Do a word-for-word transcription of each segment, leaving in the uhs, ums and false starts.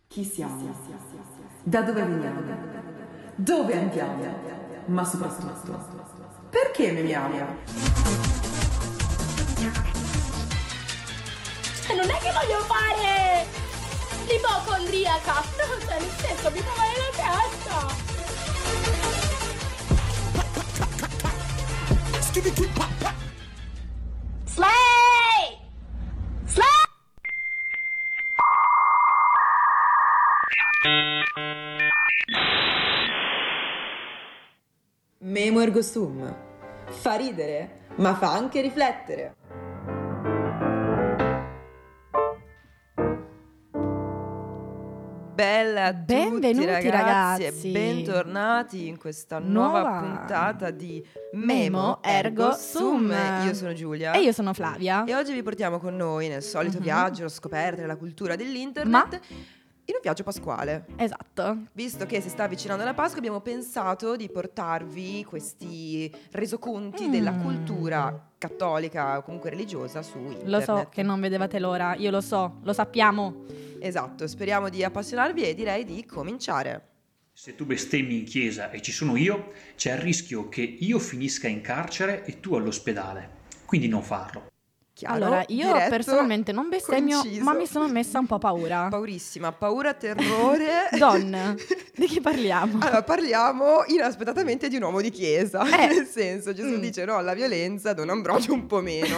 Chi siamo? Da dove veniamo? Dove andiamo? Ma soprattutto, perché memiamo? E non è che voglio fare l'ipocondriaca, no, cioè nel senso mi fa male la testa. Slay! Slay! Memo ergo sum. Fa ridere, ma fa anche riflettere. Bella a tutti, Benvenuti, ragazzi, ragazzi. e bentornati in questa nuova, Nuova puntata di Memo Ergo Sum. Io sono Giulia E io sono Flavia. e oggi vi portiamo con noi nel solito Mhm. viaggio alla scoperta della cultura dell'internet, Ma- in un viaggio pasquale. Esatto. Visto che si sta avvicinando la Pasqua, abbiamo pensato di portarvi questi resoconti Mm. della cultura cattolica o comunque religiosa su internet. Lo so che non vedevate l'ora, io lo so, lo sappiamo. Esatto, speriamo di appassionarvi e direi di cominciare. Se tu bestemmi in chiesa e ci sono io, c'è il rischio che io finisca in carcere e tu all'ospedale. Quindi non farlo. Chiaro, Allora, io diretto, personalmente non bestemmio, conciso. ma mi sono messa un po' paura. Paurissima, paura, terrore. Don, di chi parliamo? Allora, parliamo inaspettatamente di un uomo di chiesa. Eh. Nel senso, Gesù Mm. dice no alla violenza, Don Ambrogio un po' meno.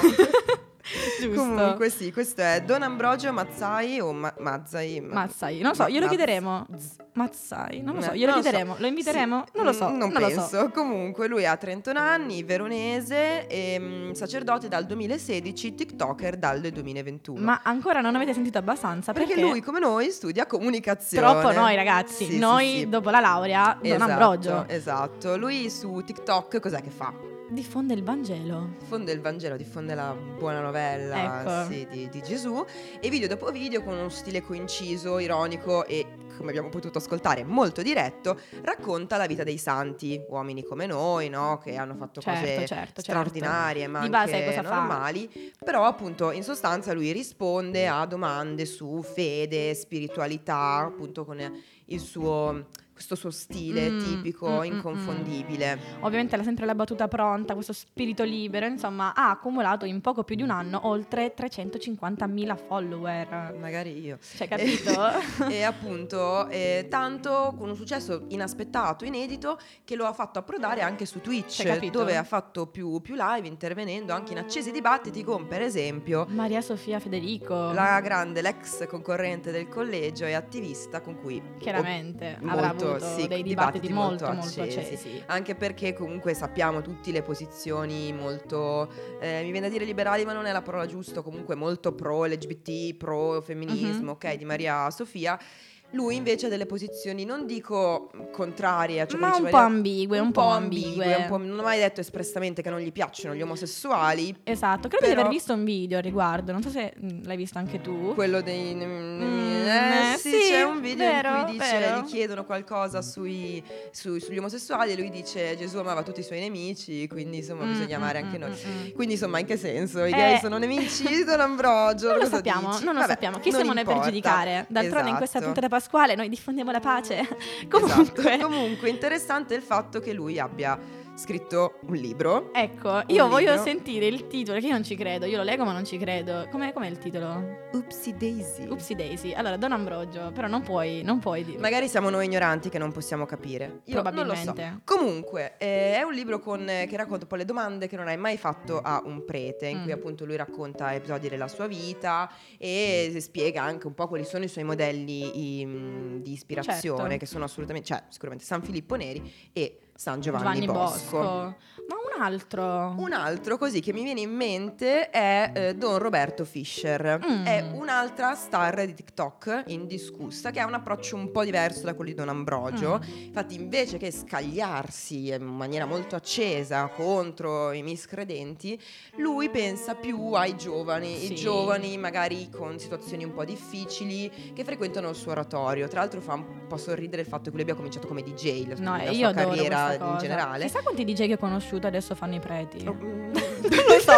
Giusto. Comunque sì, questo è Don Ambrogio Mazzai o Ma- Mazzai. Ma- Mazzai, non lo so, glielo Mazz- chiederemo. Z- Mazzai, non lo so, Eh, glielo non lo so. chiederemo, lo inviteremo? Sì, Non lo so, mm, non, non lo penso. so. Comunque lui ha trentuno anni, veronese, e, mm, sacerdote dal duemilasedici, TikToker dal duemilaventuno. Ma ancora non avete sentito abbastanza perché, perché, lui come noi studia comunicazione. troppo noi ragazzi, Sì, sì, noi sì. dopo la laurea, Don Esatto, Ambrogio, esatto. Lui su TikTok cos'è che fa? diffonde il Vangelo. Diffonde il Vangelo, diffonde la buona novella, Ecco. sì, di, di Gesù, e video dopo video con uno stile coinciso, ironico e, come abbiamo potuto ascoltare, molto diretto, racconta la vita dei santi, uomini come noi, no? Che hanno fatto Certo, cose certo, certo. straordinarie, ma Di base anche cosa fa? normali. Però appunto in sostanza lui risponde a domande su fede, spiritualità, appunto con il suo... questo suo stile Mm, tipico, mm, mm, inconfondibile. Ovviamente ha sempre la battuta pronta, questo spirito libero, insomma, ha accumulato in poco più di un anno oltre trecentocinquantamila follower. Magari io. Cioè, capito? E appunto eh, tanto con un successo inaspettato, inedito, che lo ha fatto approdare anche su Twitch, Cioè, capito? dove ha fatto più, più live, intervenendo anche in accesi dibattiti con, per esempio, Maria Sofia Federico, la grande, l'ex concorrente del collegio e attivista con cui chiaramente oh, avrà molto, avuto sì, dei dibattiti, dibattiti molto, molto molto accesi. accesi. Anche perché comunque sappiamo tutte le posizioni molto, eh, mi viene da dire liberali, ma non è la parola giusta, comunque molto pro L G B T, pro femminismo, Mhm. ok, di Maria Sofia. Lui invece ha delle posizioni, non dico contrarie, cioè Ma come un diceva po' Maria- ambigue, un po' ambigue. un po'- non ho mai detto espressamente che non gli piacciono gli omosessuali. Esatto, credo di Però- aver visto un video al riguardo, non so se mm, l'hai visto anche tu. Quello dei Mm, eh, eh, sì, sì, c'è un video vero, in cui dice, vero. gli chiedono qualcosa sui, su- sugli omosessuali e lui dice Gesù amava tutti i suoi nemici, quindi insomma Mm, bisogna amare mm, anche mm, noi. mm, mm. Quindi insomma in che senso? I Eh, gay sono nemici di Don Ambrogio? Non lo Cosa sappiamo, dici? non lo Vabbè, sappiamo. Chi non siamo noi per importa. giudicare? D'altronde in questa Esatto. puntata pasquale noi diffondiamo la pace. Comunque, Esatto. Comunque interessante il fatto che lui abbia scritto un libro. ecco, io Un voglio libro. sentire il titolo, che io non ci credo. Io lo leggo ma non ci credo. Com'è, com'è il titolo? Oopsie Daisy. Upsi Daisy. Allora, Don Ambrogio, però non puoi, non puoi dire. Magari siamo noi ignoranti che non possiamo capire. Io non lo so. Probabilmente. Comunque, eh, è un libro con, eh, che racconta un po' le domande che non hai mai fatto a un prete, in Mm. cui appunto lui racconta episodi della sua vita e spiega anche un po' quali sono i suoi modelli i- di ispirazione, Certo. che sono assolutamente, cioè sicuramente San Filippo Neri e San Giovanni, Giovanni Bosco. Bosco. Ma un altro. Un altro così che mi viene in mente è eh, Don Roberto Fischer. Mm. È un'altra star di TikTok indiscussa che ha un approccio un po' diverso da quello di Don Ambrogio. Mm. Infatti invece che scagliarsi in maniera molto accesa contro i miscredenti, lui pensa più ai giovani, Sì. i giovani magari con situazioni un po' difficili che frequentano il suo oratorio. Tra l'altro fa un po' sorridere il fatto che lui abbia cominciato come D J, la, No, la io sua adoro carriera questa cosa. in generale. Chissà quanti D J che ho conosciuto adesso fanno i preti. Oh, mm. Non lo so, po-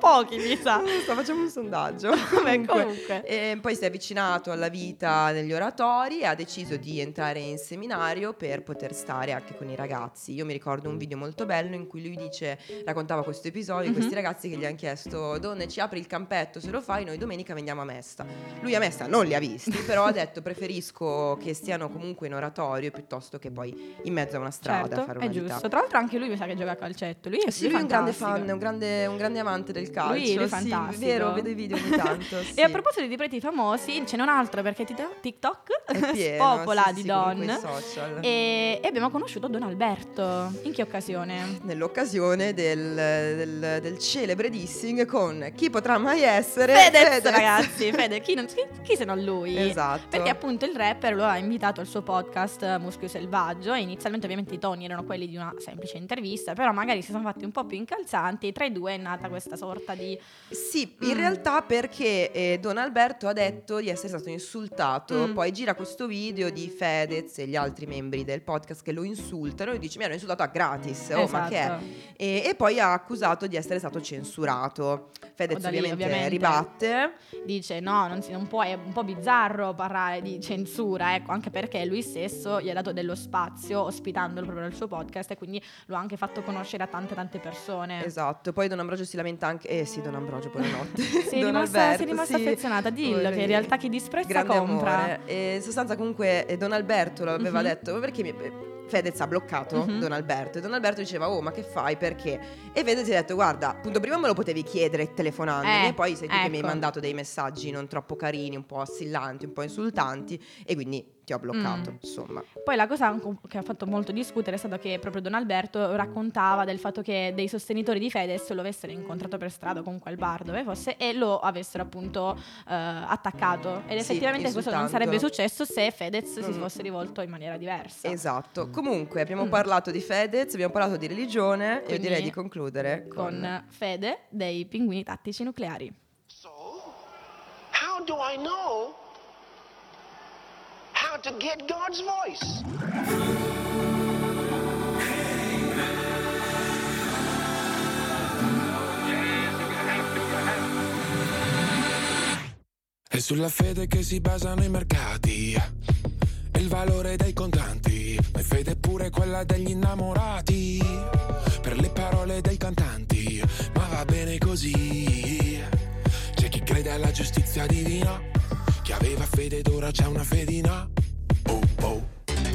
pochi, mi sa. Sto facendo un sondaggio. Vabbè, comunque. E poi si è avvicinato alla vita negli oratori e ha deciso di entrare in seminario per poter stare anche con i ragazzi. Io mi ricordo un video molto bello in cui lui dice, raccontava questo episodio di Mhm. questi ragazzi che gli hanno chiesto: donne, ci apri il campetto, se lo fai noi domenica veniamo a Mesta. Lui a Mesta non li ha visti, però ha detto preferisco che stiano comunque in oratorio piuttosto che poi in mezzo a una strada a Certo, fare è una vita. giusto. Tra l'altro anche lui mi sa che gioca a calcetto. Lui è, Sì, lui è un grande fantastico. fan, è un grande, un grande amante del calcio. Lui è sì, fantastico. vero, vedo i video ogni tanto. Sì. E a proposito di preti famosi, ce n'è un altro perché Tito- TikTok È pieno, spopola sì, di sì, Don. comunque i social. E, e abbiamo conosciuto Don Alberto. In che occasione? Nell'occasione del, del, del celebre dissing con Chi potrà mai essere Fedez, ragazzi, Fede, chi, non- chi- chi se non lui? Esatto. Perché appunto il rapper lo ha invitato al suo podcast Muschio Selvaggio e inizialmente ovviamente i toni erano quelli di una semplice intervista, però magari si sono fatti un po' più incalzanti e tra i due è nata questa sorta di... Sì, in Mm. realtà perché eh, Don Alberto ha detto di essere stato insultato, Mm. poi gira questo video di Fedez e gli altri membri del podcast che lo insultano e dice mi hanno insultato a gratis, oh ma che è? Esatto. E, e poi ha accusato di essere stato censurato. Fedez O da lì, ovviamente, ovviamente. ribatte. Dice no, non, si, non può, è un po' bizzarro parlare di censura, ecco, anche perché lui stesso gli ha dato dello spazio ospitandolo proprio nel suo podcast e quindi lo ha anche fatto conoscere a tante tante persone. Esatto, poi Don Ambrogio si lamenta anche. Eh sì, Don Ambrogio, buonanotte. Sei Don rimasta, Alberto, sei rimasta sì. affezionata, dillo Poi- che in realtà chi disprezza grande compra. amore. E in sostanza comunque eh, Don Alberto lo aveva Mhm. detto, "Ma perché mi... eh, Fedez ha bloccato Mhm. Don Alberto e Don Alberto diceva oh ma che fai, perché? E Fedez gli ha detto guarda, appunto prima me lo potevi chiedere telefonandomi Eh, e poi sei tu che mi hai ecco. mandato dei messaggi non troppo carini, un po' assillanti, un po' insultanti e quindi ti ho bloccato, Mm. insomma. Poi la cosa anche che ha fatto molto discutere è stato che proprio Don Alberto raccontava del fatto che dei sostenitori di Fedez lo avessero incontrato per strada o comunque al bar dove fosse e lo avessero appunto eh, attaccato ed Sì, effettivamente questo non insultando. sarebbe successo se Fedez si Mm. fosse rivolto in maniera diversa. Esatto. Comunque abbiamo Mm. parlato di Fedez, abbiamo parlato di religione, io Quindi direi di concludere con, Con Fede dei pinguini tattici nucleari. So, how do I know how to get God's voice? È sulla fede che si basano i mercati e il valore dei contanti, ma è fede pure quella degli innamorati, per le parole dei cantanti, ma va bene così. C'è chi crede alla giustizia divina, chi aveva fede ed ora c'è una fedina. Oh oh.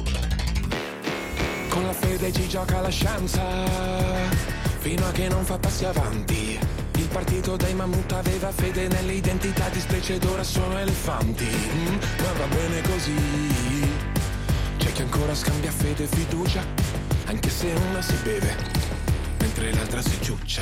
Con la fede ci gioca la scienza, fino a che non fa passi avanti. Il partito dei mammut aveva fede nell'identità di specie ed ora sono elefanti. Mm, ma va bene così. C'è chi ancora scambia fede e fiducia, anche se una si beve, mentre l'altra si ciuccia.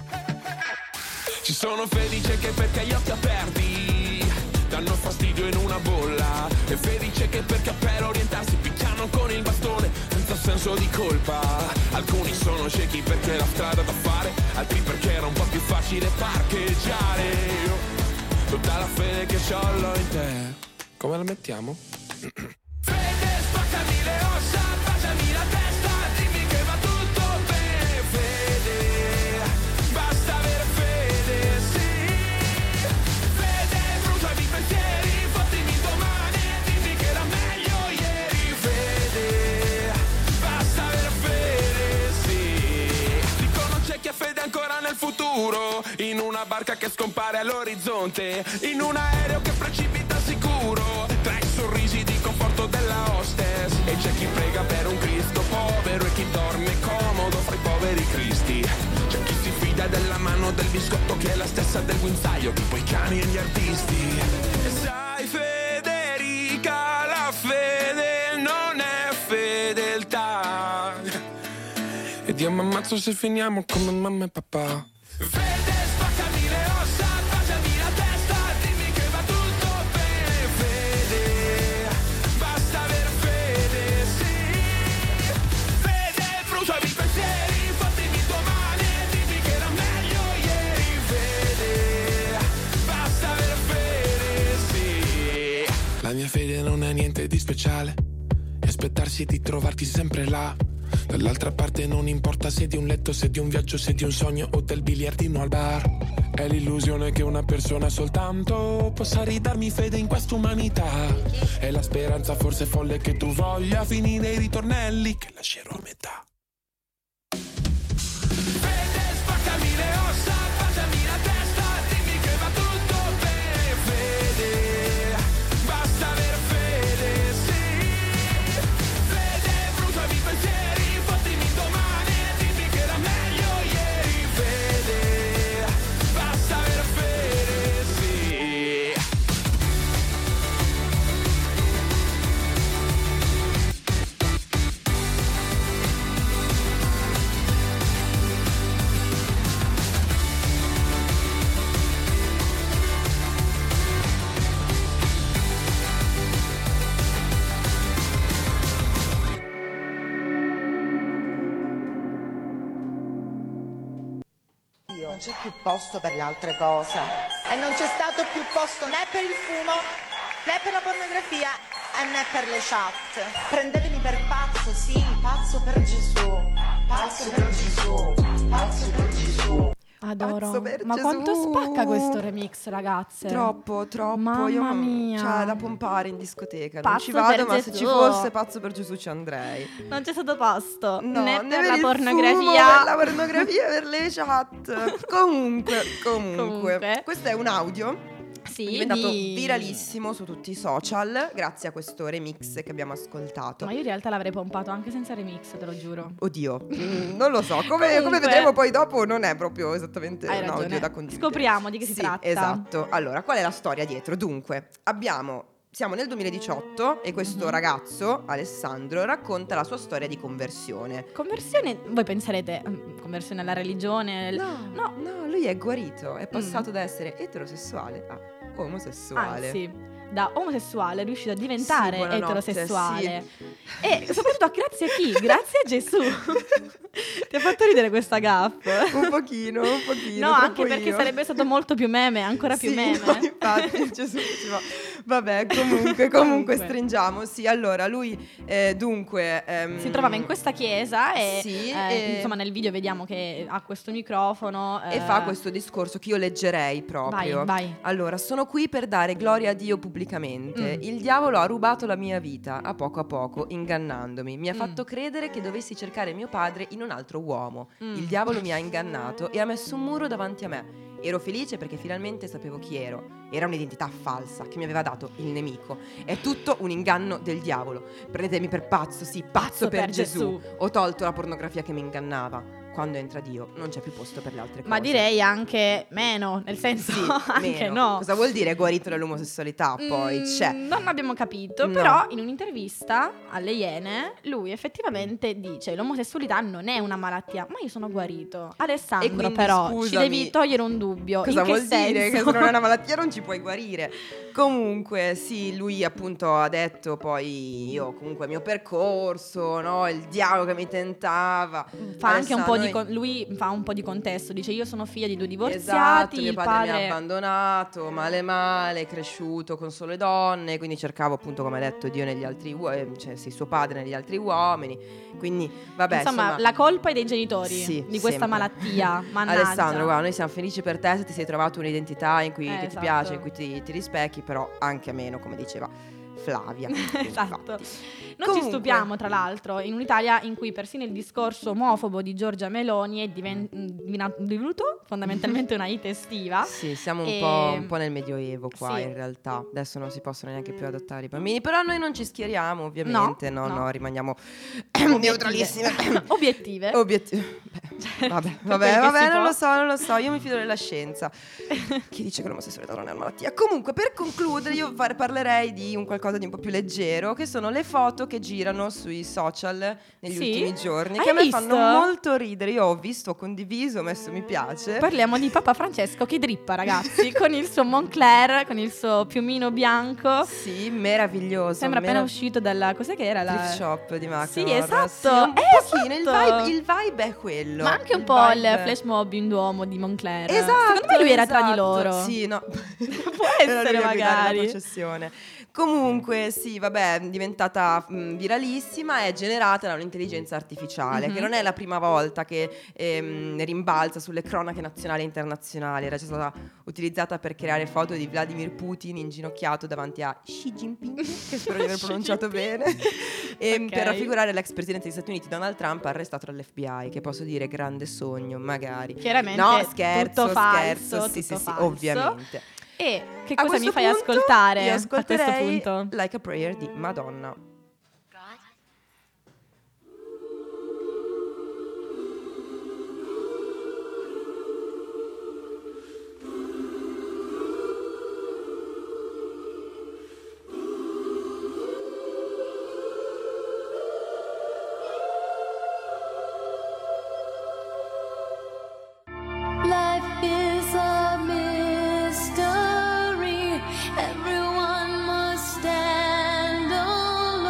Ci sono felici che perché gli occhi aperti danno fastidio in una bolla, e felice che per cappello orientarsi picchiano con il bastone senza senso di colpa. Alcuni sono ciechi perché la strada da fare, altri perché era un po' più facile parcheggiare. Io, tutta la fede che c'ho l'ho in te. Come la mettiamo? Fede, spaccami le ossa, baciami la testa, dimmi che va tutto bene. Fede, basta avere fede, sì. Fede, bruciami i pensieri, fottimi domani, dimmi che era meglio ieri. Fede, basta avere fede, sì. Dicono c'è chi ha fede ancora nel futuro, in una barca che scompare all'orizzonte, in un aereo che precipita sicuro, tra i sorrisi di conforto della hostess. E c'è chi prega per un Cristo povero e chi dorme comodo fra i poveri cristi. C'è chi si fida della mano del biscotto che è la stessa del guinzaglio, tipo i cani e gli artisti. E sai Federica, la fede non è fedeltà, e Dio mi ammazzo se finiamo come mamma e papà. Fede, spaccami le ossa, baciami la testa, dimmi che va tutto bene. Fede, basta avere fede, sì. Fede, bruciami i pensieri, fottimi domani, dimmi che era meglio ieri. Fede, basta avere fede, sì. La mia fede non è niente di speciale, e aspettarsi di trovarti sempre là. Dall'altra parte non importa se di un letto, se di un viaggio, se di un sogno o del biliardino al bar. È l'illusione che una persona soltanto possa ridarmi fede in quest'umanità. È la speranza forse folle che tu voglia finire i ritornelli che lascerò a metà. Fede, spaccami le ossa, baciami la testa, dimmi che va tutto bene. Fede, basta aver fede, sì. Fede, bruciami i pensieri, fottimi domani, dimmi che era meglio ieri. Fede, basta aver fede, sì. Non c'è più posto per le altre cose e non c'è stato più posto né per il fumo né per la pornografia e né per le chat. Prendetemi per pazzo, sì, pazzo per Gesù, pazzo per Gesù, pazzo per Gesù. Adoro. Pazzo per Ma Gesù. quanto spacca questo remix, ragazze? Troppo, troppo. Mamma Io, mia. Cioè, da pompare in discoteca. Pazzo non ci vado, per ma se Gesù. ci fosse Pazzo per Gesù ci andrei. Non c'è stato posto No, né né per la il pornografia. fumo, per la pornografia, per le chat. Comunque, comunque, Comunque. questo è un audio. Sì, È diventato di- viralissimo su tutti i social grazie a questo remix che abbiamo ascoltato. Ma io in realtà l'avrei pompato anche senza remix, te lo giuro. Oddio, mm, non lo so, come, come Comunque- vedremo poi dopo non è proprio esattamente Hai un ragione. audio da condividere. Scopriamo di che si Sì, tratta. Esatto. Allora, qual è la storia dietro? Dunque, abbiamo siamo nel duemiladiciotto e questo Mhm. ragazzo, Alessandro, racconta la sua storia di conversione. Conversione, voi penserete, mm, conversione alla religione? No, no. no, lui è guarito, è passato da essere eterosessuale a omosessuale. Anzi, da omosessuale è riuscito a diventare Sì, buonanotte, eterosessuale. E soprattutto grazie a chi? Grazie a Gesù. Ti ha fatto ridere questa gaffe? Un pochino, un pochino. No, troppo anche perché io. sarebbe stato molto più meme, ancora più Sì, meme. no, infatti, Gesù diceva. Vabbè, comunque, comunque, Comunque. stringiamo. Sì, allora, lui eh, dunque ehm, Si trovava in questa chiesa e, Sì, eh, e- insomma nel video vediamo che ha questo microfono e eh, fa questo discorso che io leggerei proprio. Vai, vai. Allora, sono qui per dare gloria a Dio pubblicamente. Mm. Il diavolo ha rubato la mia vita a poco a poco, ingannandomi. Mi ha Mm. fatto credere che dovessi cercare mio padre in un altro uomo. Mm. Il diavolo mi ha ingannato e ha messo un muro davanti a me. Ero felice perché finalmente sapevo chi ero. Era un'identità falsa che mi aveva dato il nemico. È tutto un inganno del diavolo. Prendetemi per pazzo, sì, pazzo, Pazzo per, per Gesù. Gesù. Ho tolto la pornografia che mi ingannava. Quando entra Dio non c'è più posto per le altre cose. Ma direi anche meno, nel senso Sì, anche meno. no. Cosa vuol dire guarito dall'omosessualità? Poi Mm, c'è. Non abbiamo capito, No. però in un'intervista alle Iene lui effettivamente dice l'omosessualità non è una malattia, ma io sono guarito. Alessandro E quindi, però ci scusami, devi togliere un dubbio. Cosa In che vuol dire? senso? Che se non è una malattia non ci puoi guarire. Comunque, sì, lui appunto ha detto poi io comunque il mio percorso, no? Il diavolo che mi tentava. Fa anche un po' di Alessandro- con- lui fa un po' di contesto, dice io sono figlia di due Esatto, divorziati, mio il padre, mi ha padre abbandonato, male male, è cresciuto con sole donne, quindi cercavo appunto, come ha detto, Dio negli altri uomini, cioè sì, suo padre negli altri uomini, quindi vabbè, insomma, insomma, la colpa è dei genitori Sì, di questa sempre. malattia. Mannaggia. Alessandro, guarda, noi siamo felici per te se ti sei trovato un'identità in cui Eh, che ti esatto. piace, in cui ti, ti rispecchi, però anche a meno, come diceva Flavia. Esatto. Infatti. Non Comunque- ci stupiamo, tra l'altro, in un'Italia in cui persino il discorso omofobo di Giorgia Meloni è diven- divina- divenuto fondamentalmente una hit estiva. Sì, siamo un, E- po', un po' nel medioevo qua Sì. in realtà. Adesso non si possono neanche più adottare i bambini, però noi non ci schieriamo ovviamente, no, No, no, no. rimaniamo Obiettive. neutralissime. Obiettive. Obiettivi. Beh, vabbè, per vabbè, quel che vabbè, si non può. lo so, non lo so. Io mi fido della scienza. Chi dice che l'omosessualità non è una malattia? Comunque, per concludere, io par- parlerei di un qualcosa di un po' più leggero, che sono le foto che girano sui social negli Sì? ultimi giorni, Hai che a me visto? fanno molto ridere. Io ho visto, ho condiviso, ho messo mi piace. Parliamo di Papa Francesco che drippa, ragazzi, con il suo Moncler, con il suo piumino bianco. Sì, meraviglioso. Sembra appena merav- uscito dalla... cos'è che era? La... Thrift shop di Mac. Sì, esatto. Sì, un Eh, pochino, il esatto. vibe, il vibe è quello. Ma anche un Il po' vibe- il flash mob in Duomo di Moncler. Esatto. Secondo me lui era tra di esatto. loro. Sì, no. Può Era essere, lui a guidare magari. la processione. Comunque, sì, vabbè, è diventata mh, viralissima, è generata da un'intelligenza artificiale, Mhm. che non è la prima volta che ehm, rimbalza sulle cronache nazionali e internazionali. Era già stata utilizzata per creare foto di Vladimir Putin inginocchiato davanti a Xi Jinping, che spero di aver Xi pronunciato Jinping. bene, e Ok. per raffigurare l'ex presidente degli Stati Uniti Donald Trump arrestato dall'F B I, che posso dire grande sogno, magari. Chiaramente No, scherzo, tutto falso, scherzo, sì, tutto sì, sì, falso. ovviamente. E che A cosa mi questo fai punto ascoltare io a questo ascolterei punto? Like a Prayer di Madonna. Life is a mystery. Everyone must stand alone.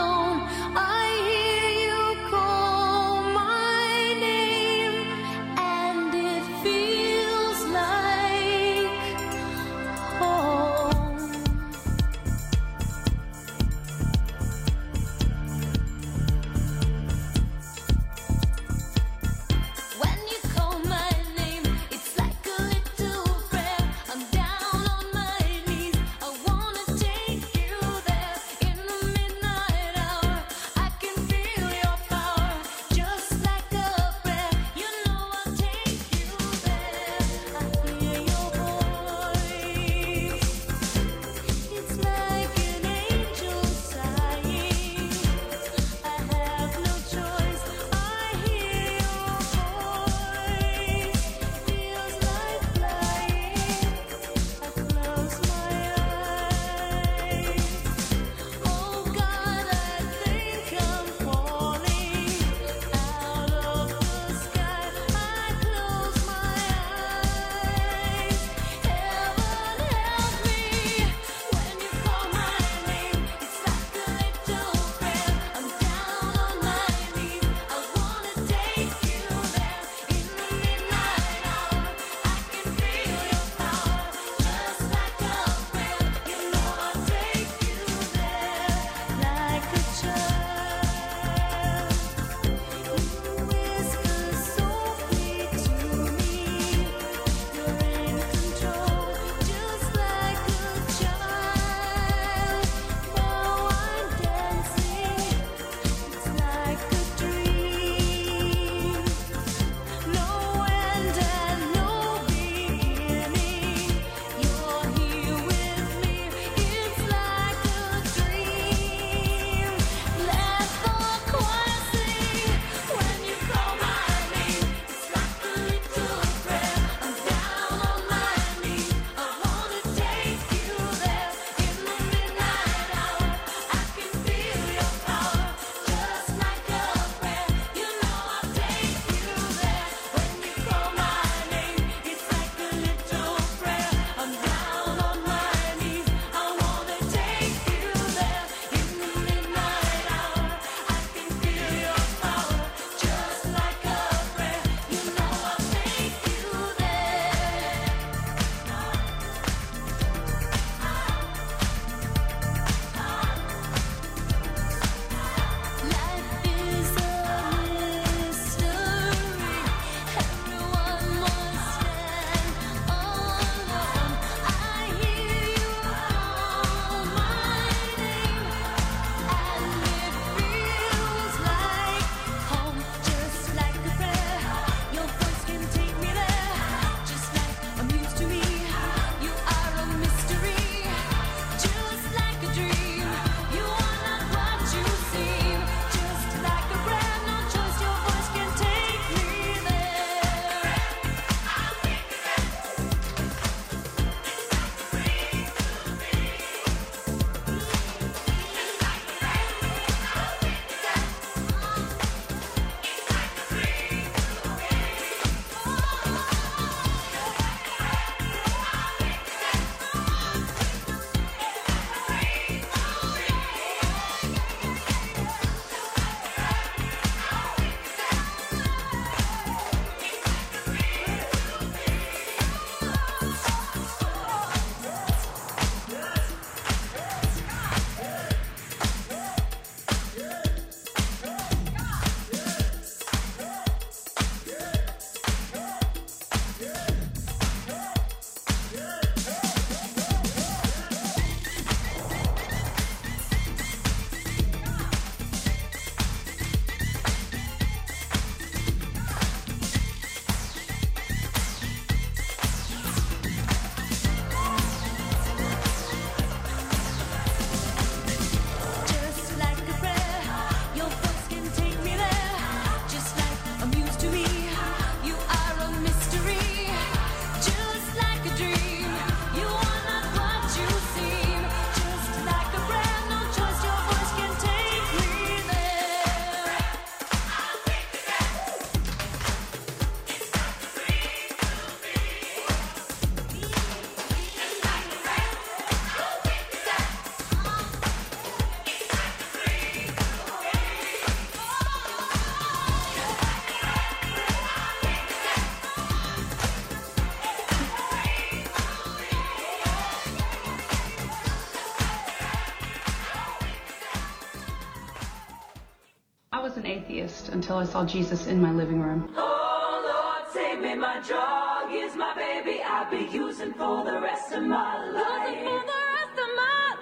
I was an atheist until I saw Jesus in my living room. Oh Lord, save me, my drug is my baby. I'll be using for the rest of my life. For the rest of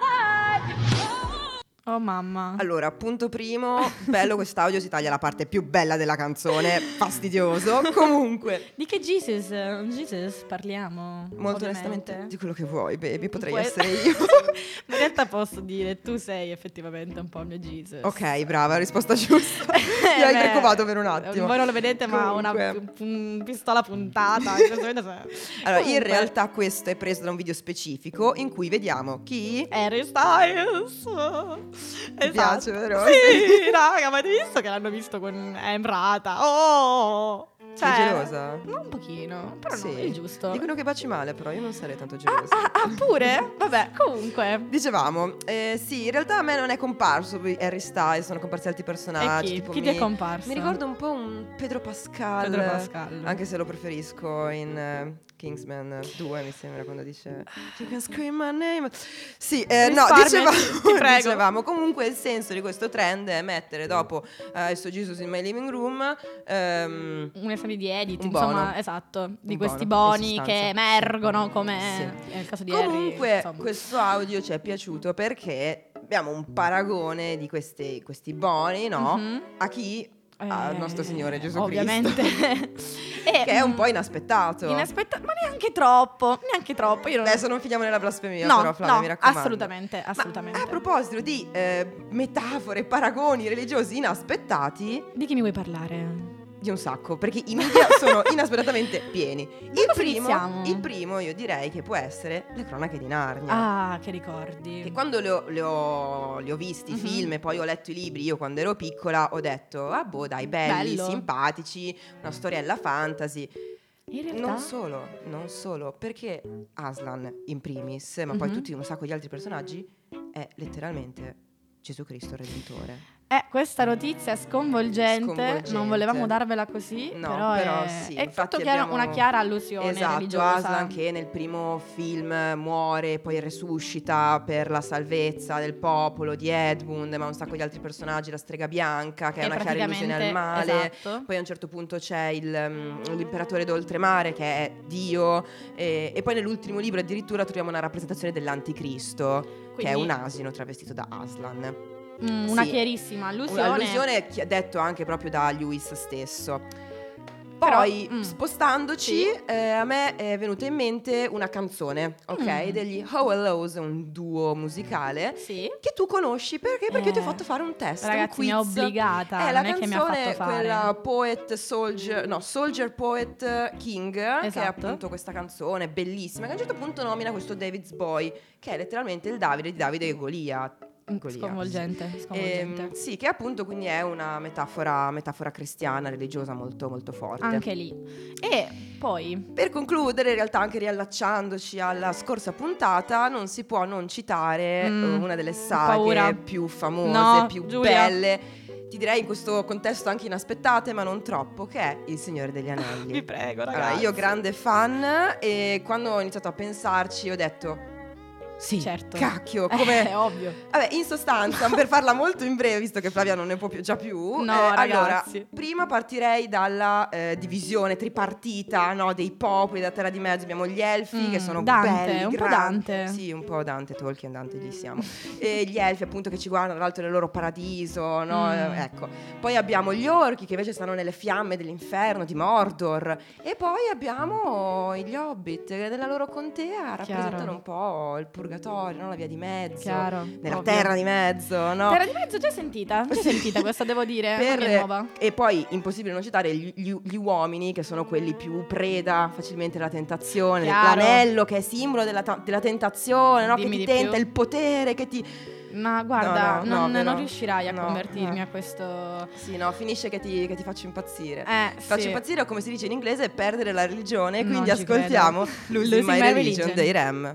my life. Oh mamma. Allora, punto primo, bello quest'audio, si taglia la parte più bella della canzone, fastidioso. Comunque, di che Jesus, Jesus parliamo? Molto ovviamente. onestamente, di quello che vuoi, baby, potrei Puoi- essere io. In realtà posso dire, tu sei effettivamente un po' il mio Jesus. Ok, brava, risposta giusta. Mi hai beh, preoccupato per un attimo. Voi non lo vedete, ma ho una Comunque. pu- pu- pistola puntata. in questo momento, se- Allora, in Comunque, realtà questo è preso da un video specifico in cui vediamo chi... Harry Styles. Esatto. piace, vero? Sì, raga, avete visto che l'hanno visto con Emrata? Oh! Cioè, Sei gelosa? no, un pochino, però Sì. no, è giusto. Dicono che baci male, però io non sarei tanto gelosa. Ah, ah, pure? Vabbè, comunque. Dicevamo, eh, sì, in realtà a me non è comparso Harry Styles, sono comparsi altri personaggi. E chi? tipo Chi ti mi- è comparso? Mi ricordo un po' un Pedro Pascal. Pedro Pascal. Anche se lo preferisco in eh, Kingsman due, mi sembra, quando dice You can scream my name. Sì, eh, no, Risparmiati, dicevamo, ti prego. dicevamo, comunque il senso di questo trend è mettere dopo eh, So Jesus in my living room ehm, una serie di edit, un insomma, bono. esatto, di Un questi bono, boni in sostanza. che emergono come Sì. nel caso di Harry. Comunque insomma. questo audio ci è piaciuto perché abbiamo un paragone di questi, questi boni, no? Mhm. A chi? Al Eh, nostro Signore Gesù ovviamente. Cristo. E, Che è un mm, po' inaspettato. inaspetta- ma neanche troppo, neanche troppo. Io non... Adesso non finiamo nella blasfemia, no, però Flavia, no, mi raccomando. assolutamente, assolutamente. Ma a proposito di eh, metafore, paragoni religiosi inaspettati, Di chi mi vuoi parlare? di un sacco, perché i media sono inaspettatamente pieni. Il cosa primo, iniziamo? il primo io direi che può essere Le cronache di Narnia. Ah, che ricordi. Che quando le ho, le ho- li ho visti i Mhm. film e poi ho letto i libri, io quando ero piccola ho detto, ah boh dai, belli, Bello. simpatici, una storiella fantasy. In realtà Non solo, non solo, perché Aslan in primis, ma poi Mhm. tutti un sacco di altri personaggi, è letteralmente Gesù Cristo Redentore. Eh, questa notizia è sconvolgente, Sconvolgente. non volevamo darvela così, No, però, però è, sì, è infatti tutto chiaro, abbiamo- una chiara allusione Esatto, religiosa. Aslan che nel primo film muore, poi resuscita per la salvezza del popolo di Edmund, ma un sacco di altri personaggi, la strega bianca che è E una chiara illusione al praticamente- male. esatto. Poi a un certo punto c'è il, mm, l'imperatore d'oltremare che è Dio e, e poi nell'ultimo libro addirittura troviamo una rappresentazione dell'anticristo che è Quindi- un asino travestito da Aslan. Mm, una Sì. chiarissima allusione. Un'allusione chi- detto anche proprio da Lewis stesso. Però, Poi, mm, spostandoci, sì. eh, a me è venuta in mente una canzone, ok? Mm. Degli How Hello's, un duo musicale Sì. che tu conosci perché? Perché io ti ho Eh, fatto fare un test, ragazzi, un mi ha quiz. obbligata, È la non è che mi ha canzone, fatto fare. quella Poet Soldier, no, Soldier Poet King, che è Esatto. appunto questa canzone bellissima, che a un certo punto nomina questo David's Boy, che è letteralmente il Davide di Davide e Golia. Golia. Sconvolgente, sconvolgente. Ehm, sì, che appunto quindi è una metafora, metafora cristiana, religiosa molto molto forte. Anche lì. E poi Per concludere, in realtà anche riallacciandoci alla scorsa puntata, non si può non citare Mm, eh, una delle ho saghe paura. più famose, No, più Giulia. belle, ti direi in questo contesto anche inaspettate, ma non troppo, che è Il Signore degli Anelli. vi prego, ragazzi. Allora, io grande fan e quando ho iniziato a pensarci ho detto sì, Certo. cacchio, come... È ovvio. Vabbè, in sostanza, per farla molto in breve, visto che Flavia non ne può più, già più, No, eh, allora, ragazzi. prima partirei dalla eh, divisione tripartita, no, dei popoli, da terra di mezzo abbiamo gli elfi Mm, che sono Dante, belli, un po' grandi. Dante. Sì, un po' Dante, Tolkien, Dante, gli siamo. E gli elfi appunto che ci guardano dall'alto del loro paradiso, no, Mm. eh, ecco. Poi abbiamo gli orchi che invece stanno nelle fiamme dell'inferno di Mordor. E poi abbiamo gli hobbit che nella loro contea rappresentano un po' il purgatorio, no? La via di mezzo, Chiaro, nella ovvio. terra di mezzo, no? Terra di mezzo già sentita? Già sentita questa, devo dire. Per- non è nuova. E poi impossibile non citare gli, gli- gli uomini che sono quelli più preda facilmente della tentazione, Chiaro. l'anello che è simbolo della, ta- della tentazione, no? Che Dimmi ti di tenta più. il potere, che ti... Ma guarda, No, no, non, no, non però- riuscirai a no, convertirmi no. a questo. Sì, no, finisce che ti, che ti faccio impazzire. Eh, Ti faccio sì. impazzire o come si dice in inglese perdere la religione, Non quindi ci ascoltiamo credo. Losing, Losing My, My Religion Religion. dei Rem.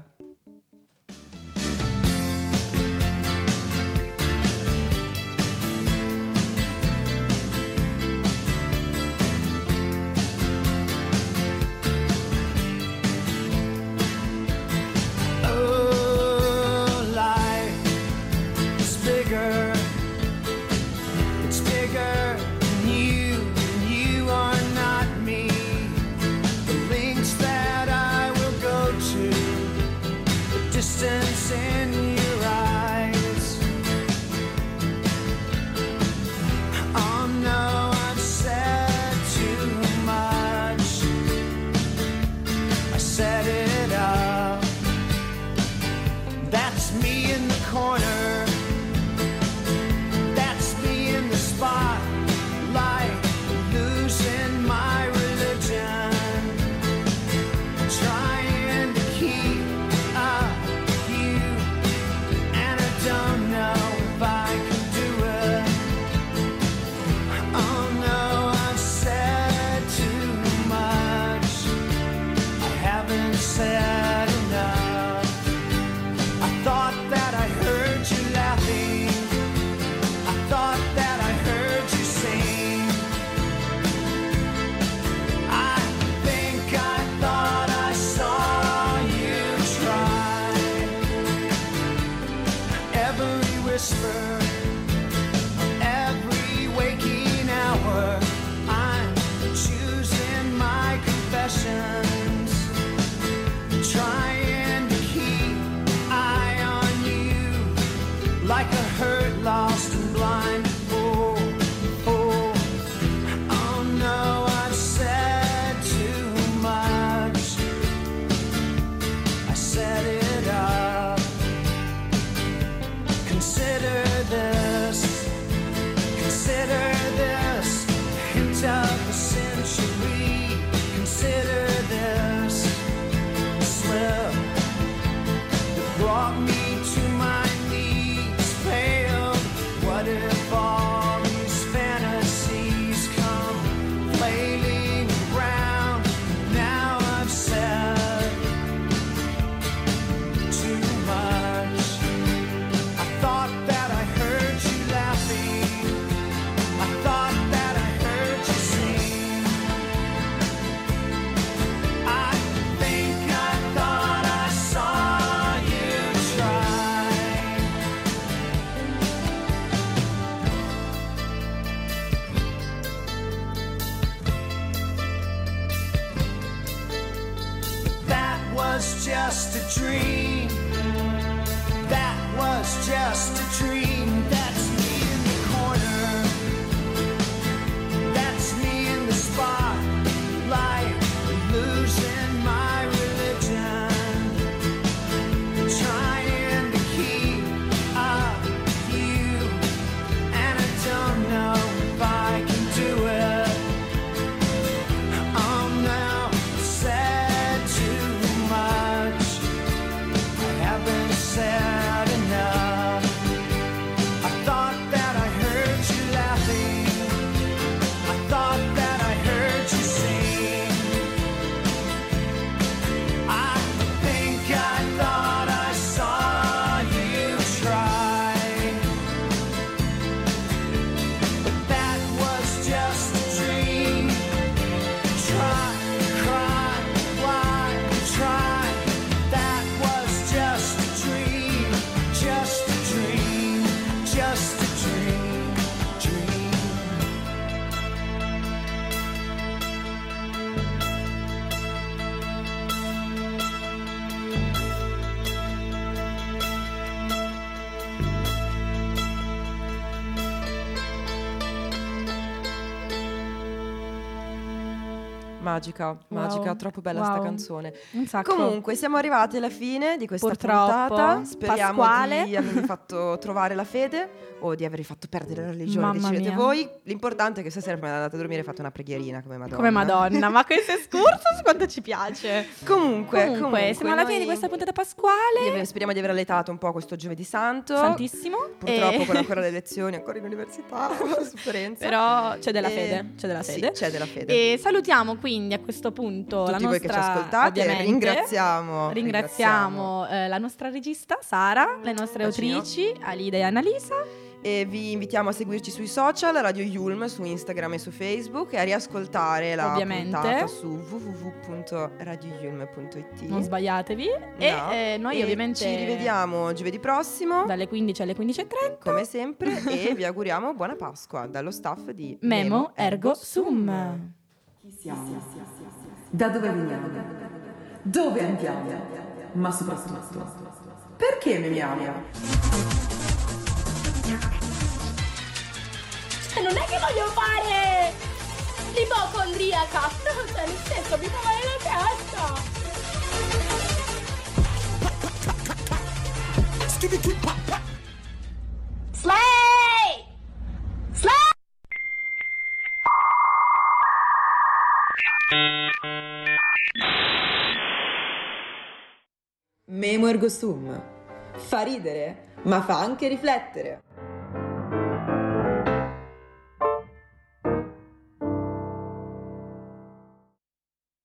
Oh, life is bigger. It's bigger skirt, and you, and you are not me. The links that I will go to, the distance in your eyes. Oh no, I've said too much. I set it up. That's me in the corner. That's me in the spotlight, losing my religion, trying to keep up with you, and I don't know if I can do it. Oh no, I've said too much. I haven't said enough. I thought that I heard you laughing. I thought that I heard you sing. I think I thought I saw you try. Every whisper, every waking hour, I'm choosing my confessions, trying to keep eye on you, like a hurt, lost and blind. Oh, oh, oh no, I've said too much. I set it up. Consider this, consider this, hint of the century. Consider this slip that brought me to my knees, failed. What if all these fantasies come flailing around? Now I've said too much. I thought that I heard you laughing. I thought that I heard you sing. I think I thought I saw you try. That was just a dream. That was just a dream. That's me in the corner. That's me in the spotlight, losing my religion, trying to keep up with you, and I don't know if I can do it. Oh no, I've said too much. I haven't said enough. I thought that I heard you laughing. I thought that I heard you sing. I think I thought I saw you try. But that was just a dream. Try, cry, why try? That was just a dream. Just a dream. Just a dream. Dream. Magica, magica, Wow. troppo bella Wow. sta canzone. Un sacco. Comunque siamo arrivati alla fine di questa Purtroppo. puntata. Speriamo Pasquale. di avervi fatto trovare la fede o di avervi fatto perdere la religione, Mamma decidete mia. voi. L'importante è che stasera prima di andare a dormire fate una preghierina come Madonna. Come Madonna, ma questo escursus quanto ci piace. Comunque, Comunque, comunque, siamo alla fine noi- di questa puntata pasquale. Io speriamo di aver alletato un po' questo giovedì santo. Santissimo. Purtroppo E- con ancora le lezioni, ancora in università, una sofferenza. Però c'è della E- fede, c'è della sì, fede. c'è della fede. E salutiamo quindi a questo punto Tutti la voi nostra, che ci ascoltate, ovviamente, ringraziamo, ringraziamo eh, la nostra regista Sara, le nostre Bacino. autrici Alida e Annalisa. E vi invitiamo a seguirci sui social, Radio Yulm, su Instagram e su Facebook, e a riascoltare la Ovviamente. puntata su w w w punto radio yulm punto i t. Non sbagliatevi. No. E eh, noi E ovviamente ci rivediamo giovedì prossimo dalle quindici alle quindici e trenta come sempre e vi auguriamo buona Pasqua dallo staff di Memo Ergo Sum. Chi siamo? Da dove veniamo? Dove andiamo? Ma soprattutto, perché memiamo? Cioè, non è che voglio fare l'ipocondriaca, no, cioè, nel senso, mi fa male la testa. Slay! Slay! Memo Ergo Sum. Fa ridere, ma fa anche riflettere.